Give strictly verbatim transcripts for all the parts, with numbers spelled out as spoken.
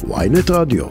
וויינט רדיו.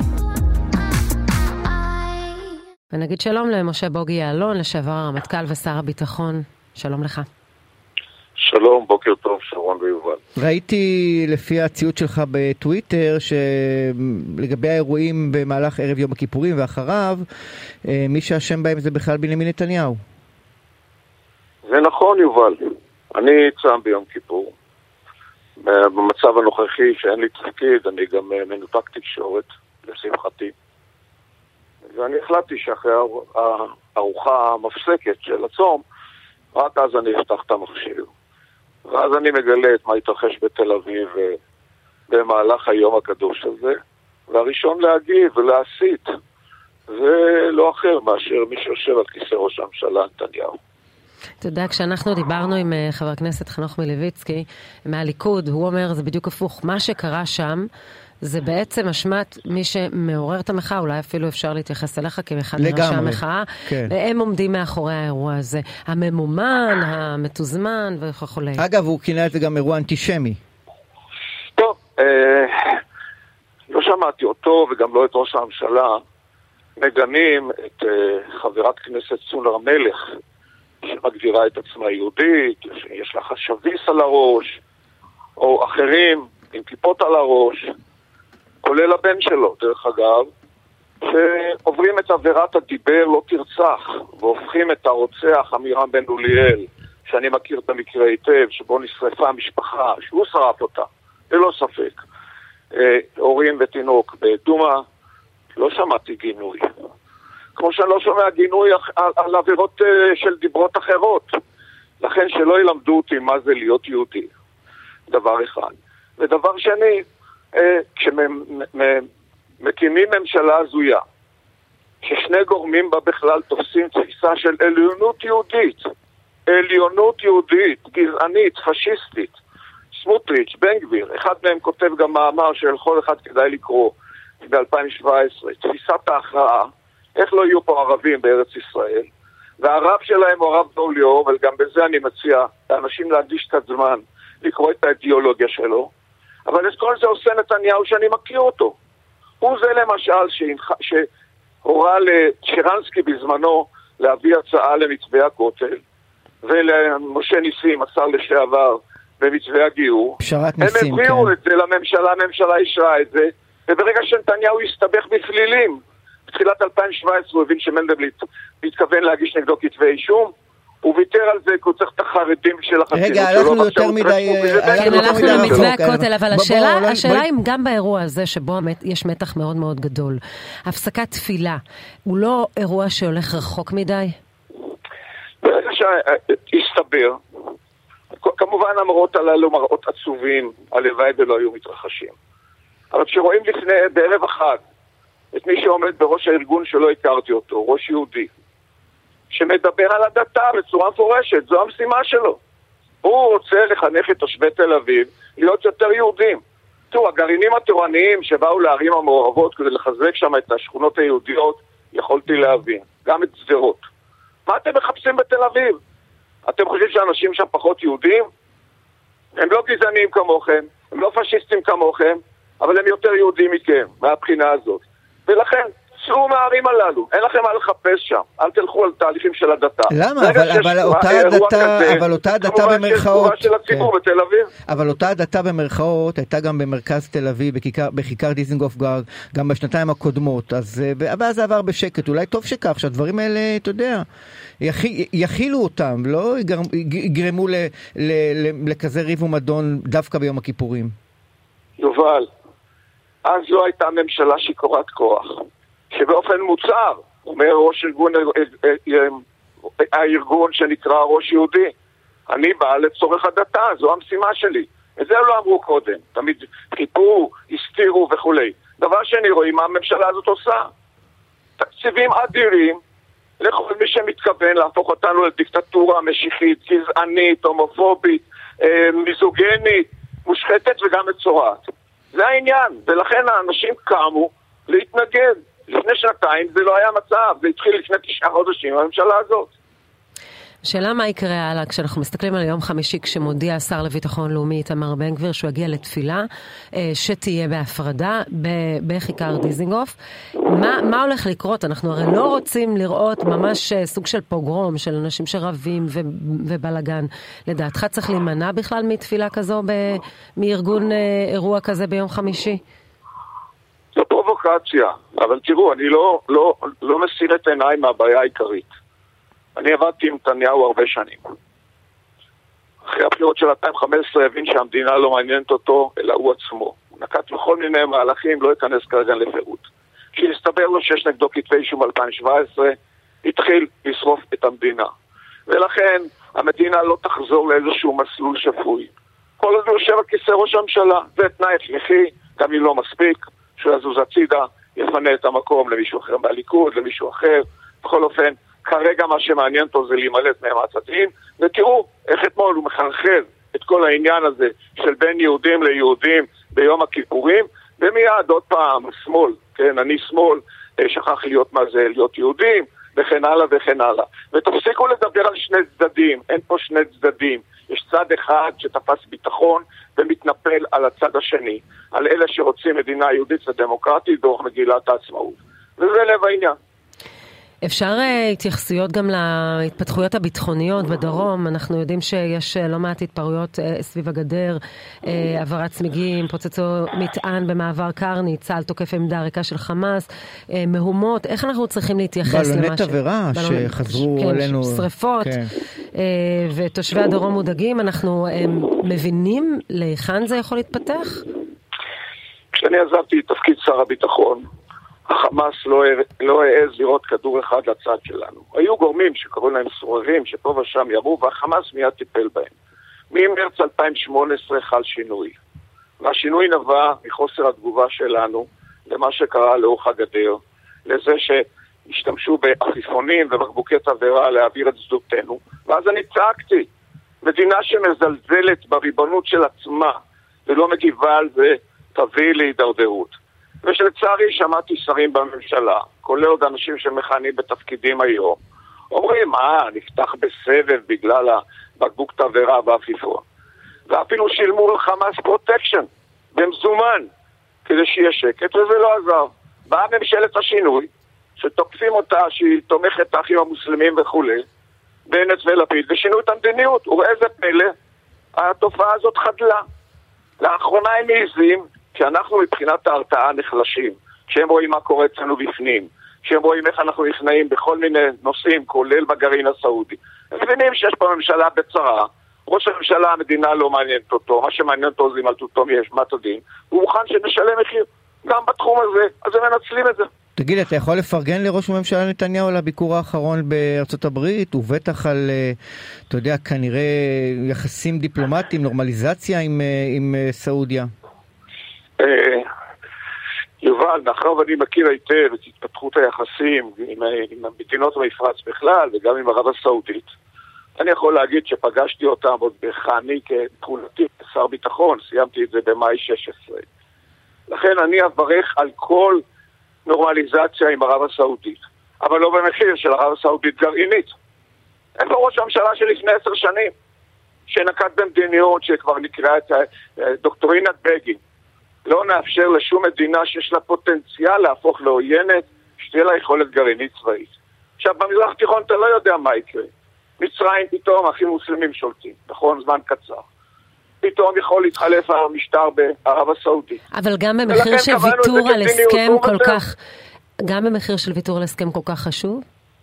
ונגיד שלום למשה בוגי יעלון, לשעבר הרמטכ"ל ושר הביטחון. שלום לך. שלום, בוקר טוב, שרון ויובל. ראיתי לפי הציוט שלך בטוויטר שלגבי האירועים במהלך ערב יום הכיפורים ואחריו, מי שאשם בהם זה בכלל בנימין נתניהו. זה נכון, יובל. אני צם ביום כיפור. במצב הנוכחי שאין לי תפקיד, אני גם מנותק תקשורת, לשמחתי. ואני החלטתי שאחרי הארוחה המפסקת של הצום, רק אז אני אפתח את המכשיר. ואז אני מגלה את מה התרחש בתל אביב במהלך היום הקדוש הזה. והראשון להגיב ולהסית, זה לא אחר מאשר מי שיושב על כיסא ראש הממשלה נתניהו. אתה יודע, כשאנחנו דיברנו עם חבר הכנסת חנוך מלביצקי מהליכוד, הוא אומר, זה בדיוק הפוך. מה שקרה שם, זה בעצם אשמת מי שמעורר את המחאה, אולי אפילו אפשר להתייחס אליך כאחד מראשי המחאה, כן. והם עומדים מאחורי האירוע הזה. הממומן, המתוזמן וכו'. אגב, הוא כינה את זה גם אירוע אנטישמי. טוב, אה, לא שמעתי אותו וגם לא את ראש הממשלה, מגנים את אה, חברת כנסת סון הר מלך, שמגדירה את עצמה יהודית, יש לה חשביס על הראש, או אחרים עם כיפות על הראש, כולל הבן שלו, דרך אגב, שעוברים את עבירת הדיבר לא תרצח, והופכים את הרוצח אמירם בן אוליאל, שאני מכיר את המקרה היטב, שבו נשרפה המשפחה, שהוא שרף אותה, ללא ספק. הורים ותינוק בדומה, לא שמעתי גינוי. כמו שאני לא שומע גינוי על, על עבירות של דיברות אחרות. לכן שלא ילמדו אותי מה זה להיות יהודי. דבר אחד. ודבר שני, כשמקימים ממשלה הזויה, ששני גורמים בה בכלל תופסים תפיסה של עליונות יהודית, עליונות יהודית, גזענית, פשיסטית, סמוטריץ', בן גביר, אחד מהם כותב גם מאמר שלכל אחד כדאי לקרוא ב-אלפיים שבע עשרה, תפיסת ההכרעה, איך לא יהיו פה ערבים בארץ ישראל, והרב שלהם הוא הרב דור ליאור, אבל גם בזה אני מציע לאנשים להקדיש את הזמן, לקרוא את האידיאולוגיה שלו, אבל את כל זה עושה נתניהו שאני מכיר אותו. הוא זה למשל שהנח... שהורה לשרנסקי בזמנו להביא הצעה למתווה הכותל, ולמשה ניסים, השר לשעבר, במתווה הגיור. פשרת ניסים, הם הביאו כן. את זה לממשלה, הממשלה אישרה את זה, וברגע שנתניהו יסתבך בפלילים, בתחילת אלפיים שבע עשרה הוא הבין שמנדלבליט מתכוון להגיש נגדו כתבי אישום, הוא ויתר על זה כי הוא צריך את החרדים של החסינות שלו. רגע, הלכנו יותר מדי... כן, הלכנו למתווה הכותל, אבל השאלה אם גם באירוע הזה שבו יש מתח מאוד מאוד גדול, הפסקת תפילה, הוא לא אירוע שהולך רחוק מדי? ברגע שהסתבר, כמובן המראות הללו מראות עצובים, הלוואי ולא היו מתרחשים. אבל כשרואים לפני, בערב אחד, את מי שעומד בראש הארגון שלא הכרתי אותו, ראש יהודי, שמדבר על הדתה בצורה מפורשת, זו המשימה שלו. הוא רוצה לחנך את תושבי תל אביב להיות יותר יהודים. תראו, הגרעינים התורניים שבאו לערים המעורבות כדי לחזק שם את השכונות היהודיות, יכולתי להבין. גם את שדרות. מה אתם מחפשים בתל אביב? אתם חושבים שאנשים שם פחות יהודים? הם לא גזענים כמוכם, הם לא פשיסטים כמוכם, אבל הם יותר יהודים מכם, מהבחינה הזאת. ולכן, צאו מהערים הללו, אין לכם מה לחפש שם, אל תלכו על תהליכים של הדתה. למה? אבל, אבל, אותה הדתה, אבל אותה הדתה במרכאות, כן. בתל אביב. אבל אותה הדתה במרכאות הייתה גם במרכז תל אביב, בכיכר, בכיכר דיזנגוף גארד, גם בשנתיים הקודמות, אז, ואז זה עבר בשקט, אולי טוב שכך, שהדברים האלה, אתה יודע, יכילו אותם, לא יגרמו ל, ל, ל, לכזה ריב ומדון דווקא ביום הכיפורים. יובל, אז זו הייתה ממשלה שיכורת כוח. שבאופן מוצר, אומר ראש ארגון, הארגון שנקרא ראש יהודי, אני בא לצורך הדתה, זו המשימה שלי. את זה לא אמרו קודם, תמיד חיפו, הסתירו וכו'. דבר שני, רואים מה הממשלה הזאת עושה. תקציבים אדירים לכל מי שמתכוון להפוך אותנו לדיקטטורה משיחית, גזענית, הומופובית, מיזוגנית, מושחתת וגם מצורעת. זה העניין, ולכן האנשים קמו להתנגד. לפני שנתיים זה לא היה מצב, זה התחיל לפני תשעה חודשים בממשלה הזאת. שאלה מה יקרה הלאה, כשאנחנו מסתכלים על יום חמישי, כשמודיע השר לביטחון לאומי איתמר בן גביר שהוא יגיע לתפילה, שתהיה בהפרדה בכיכר דיזינגוף. מה, מה הולך לקרות? אנחנו הרי לא רוצים לראות ממש סוג של פוגרום, של אנשים שרבים ו, ובלגן. לדעתך צריך להימנע בכלל מתפילה כזו, ב, מארגון אירוע כזה ביום חמישי? זו פרובוקציה, אבל תראו, אני לא, לא, לא מסיר את עיניי מהבעיה העיקרית. אני עבדתי עם נתניהו הרבה שנים. אחרי הבחירות של אלפיים וחמש עשרה הבין שהמדינה לא מעניינת אותו, אלא הוא עצמו. הוא נקט בכל מיני מהלכים, לא ייכנס כרגע לפירוט. כשהסתבר לו שיש נגדו כתבי אישום אלפיים שבע עשרה, התחיל לשרוף את המדינה. ולכן המדינה לא תחזור לאיזשהו מסלול שפוי. כל עוד הוא יושב על כיסא ראש הממשלה, זה תנאי הכרחי, גם אם לא מספיק, שהוא יזוז הצידה, יפנה את המקום למישהו אחר מהליכוד, למישהו אחר. בכל אופן, כרגע מה שמעניין אותו זה להימלט מהם הצדדים, ותראו איך אתמול הוא מחרחר את כל העניין הזה של בין יהודים ליהודים ביום הכיפורים, ומיד עוד פעם, שמאל, כן, אני שמאל, שכח להיות מה זה, להיות יהודים, וכן הלאה וכן הלאה. ותפסיקו לדבר על שני צדדים, אין פה שני צדדים, יש צד אחד שתפס ביטחון ומתנפל על הצד השני, על אלה שרוצים מדינה יהודית ודמוקרטית דרך מגילת העצמאות. וזה לב העניין. אפשר התייחסויות גם להתפתחויות הביטחוניות בדרום. אנחנו יודעים שיש לא מעט התפרעויות סביב הגדר, עברת צמיגים, פוצצו מטען במעבר קרני, צה"ל תוקף עמדה ריקה של חמאס, מהומות. איך אנחנו צריכים להתייחס למה בלוני תבערה שחזרו כן, עלינו. שריפות, כן. ותושבי הדרום מודאגים. אנחנו מבינים להיכן זה יכול להתפתח? כשאני עזבתי את תפקיד שר הביטחון, החמאס לא, לא העז לראות כדור אחד לצד שלנו. היו גורמים שקראו להם סוררים, שפה ושם ירו, והחמאס מיד טיפל בהם. ממרץ אלפיים שמונה עשרה חל שינוי. והשינוי נבע מחוסר התגובה שלנו למה שקרה לאורך הגדר, לזה שהשתמשו בעפיפונים ובקבוקי תבערה להעביר את שדותינו. ואז אני צעקתי, מדינה שמזלזלת בריבונות של עצמה ולא מגיבה על זה, תביא להידרדרות. ושלצערי שמעתי שרים בממשלה, כולל עוד אנשים שמכהנים בתפקידים היום, אומרים, מה, נפתח בסבב בגלל הבקבוק תבערה והעפיפון. ואפילו שילמו לחמאס פרוטקשן, במזומן, כדי שיהיה שקט, וזה לא עזר. באה ממשלת השינוי, שתוקפים אותה שהיא תומכת האחים המוסלמים וכו', בנט ולפיד, ושינו את המדיניות. ואיזה פלא, התופעה הזאת חדלה. לאחרונה הם מעיזים, כי אנחנו מבחינת ההרתעה נחלשים, כשהם רואים מה קורה אצלנו בפנים, כשהם רואים איך אנחנו נכנעים בכל מיני נושאים, כולל בגרעין הסעודי. הם מבינים שיש פה ממשלה בצרה, ראש הממשלה המדינה לא מעניינת אותו, מה שמעניין אותו זה אם על תותו יש מה תדין, הוא מוכן שנשלם מחיר גם בתחום הזה, אז הם מנצלים את זה. תגיד, אתה יכול לפרגן לראש הממשלה נתניהו על הביקור האחרון בארצות הברית, ובטח על, אתה יודע, כנראה יחסים דיפלומטיים, נורמליזציה עם, עם סעודיה? יובל, מאחר ואני מכיר היטב את התפתחות היחסים עם, עם המדינות המפרץ בכלל וגם עם ערב הסעודית, אני יכול להגיד שפגשתי אותם עוד בכהני כתכונתי כשר ביטחון, סיימתי את זה במאי שש עשרה. לכן אני אברך על כל נורמליזציה עם ערב הסעודית, אבל לא במחיר של ערב הסעודית גרעינית. איפה ראש הממשלה שלפני עשר שנים, שנקט במדיניות שכבר נקרא את דוקטורינת בגין, לא נאפשר לשום מדינה שיש לה פוטנציאל להפוך לעוינת, שתהיה לה יכולת גרעינית צבאית. עכשיו, במזרח התיכון אתה לא יודע מה יקרה. מצרים פתאום אחים מוסלמים שולטים, נכון? זמן קצר. פתאום יכול להתחלף המשטר בערב הסעודית. אבל גם במחיר של ויתור על הסכם כל כך, גם במחיר של ויתור על הסכם כל כך חשוב?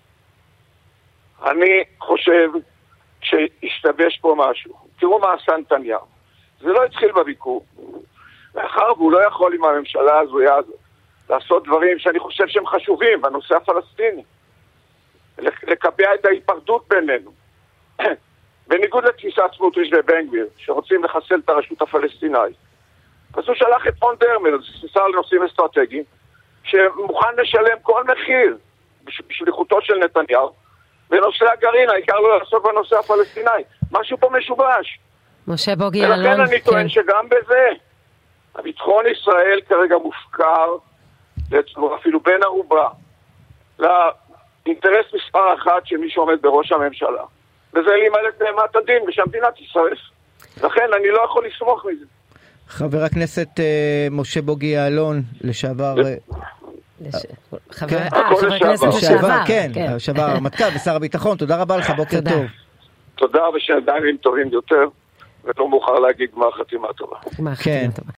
אני חושב שהשתבש פה משהו. תראו מה עשה נתניהו. זה לא התחיל בביקור. מאחר והוא לא יכול עם הממשלה הזויה הזאת לעשות דברים שאני חושב שהם חשובים בנושא הפלסטיני. לקבע את ההיפרדות בינינו. בניגוד לתפיסת סמוטריץ' ובן גביר, שרוצים לחסל את הרשות הפלסטינאית. אז הוא שלח את פון דרמר, שר לנושאים אסטרטגיים, שמוכן לשלם כל מחיר בשליחותו של נתניהו, ונושא הגרעין, העיקר לא לעסוק בנושא הפלסטיני. משהו פה משובש. משה בוגי יעלון. ולכן אני טוען שגם בזה, הביטחון ישראל כרגע מופקר, אפילו בין ערובה, לאינטרס מספר אחת של מי שעומד בראש הממשלה. וזה להימלט מאימת הדין, ושהמדינה תישרף. לכן אני לא יכול לסמוך מזה. חבר הכנסת משה בוגי יעלון, לשעבר... חבר הכנסת לשעבר, כן, לשעבר הרמטכ"ל ושר הביטחון, תודה רבה לך, בוקר טוב. תודה, ושעדיין טובים יותר, ולא מאוחר להגיד גמר חתימה טובה. גמר חתימה טובה.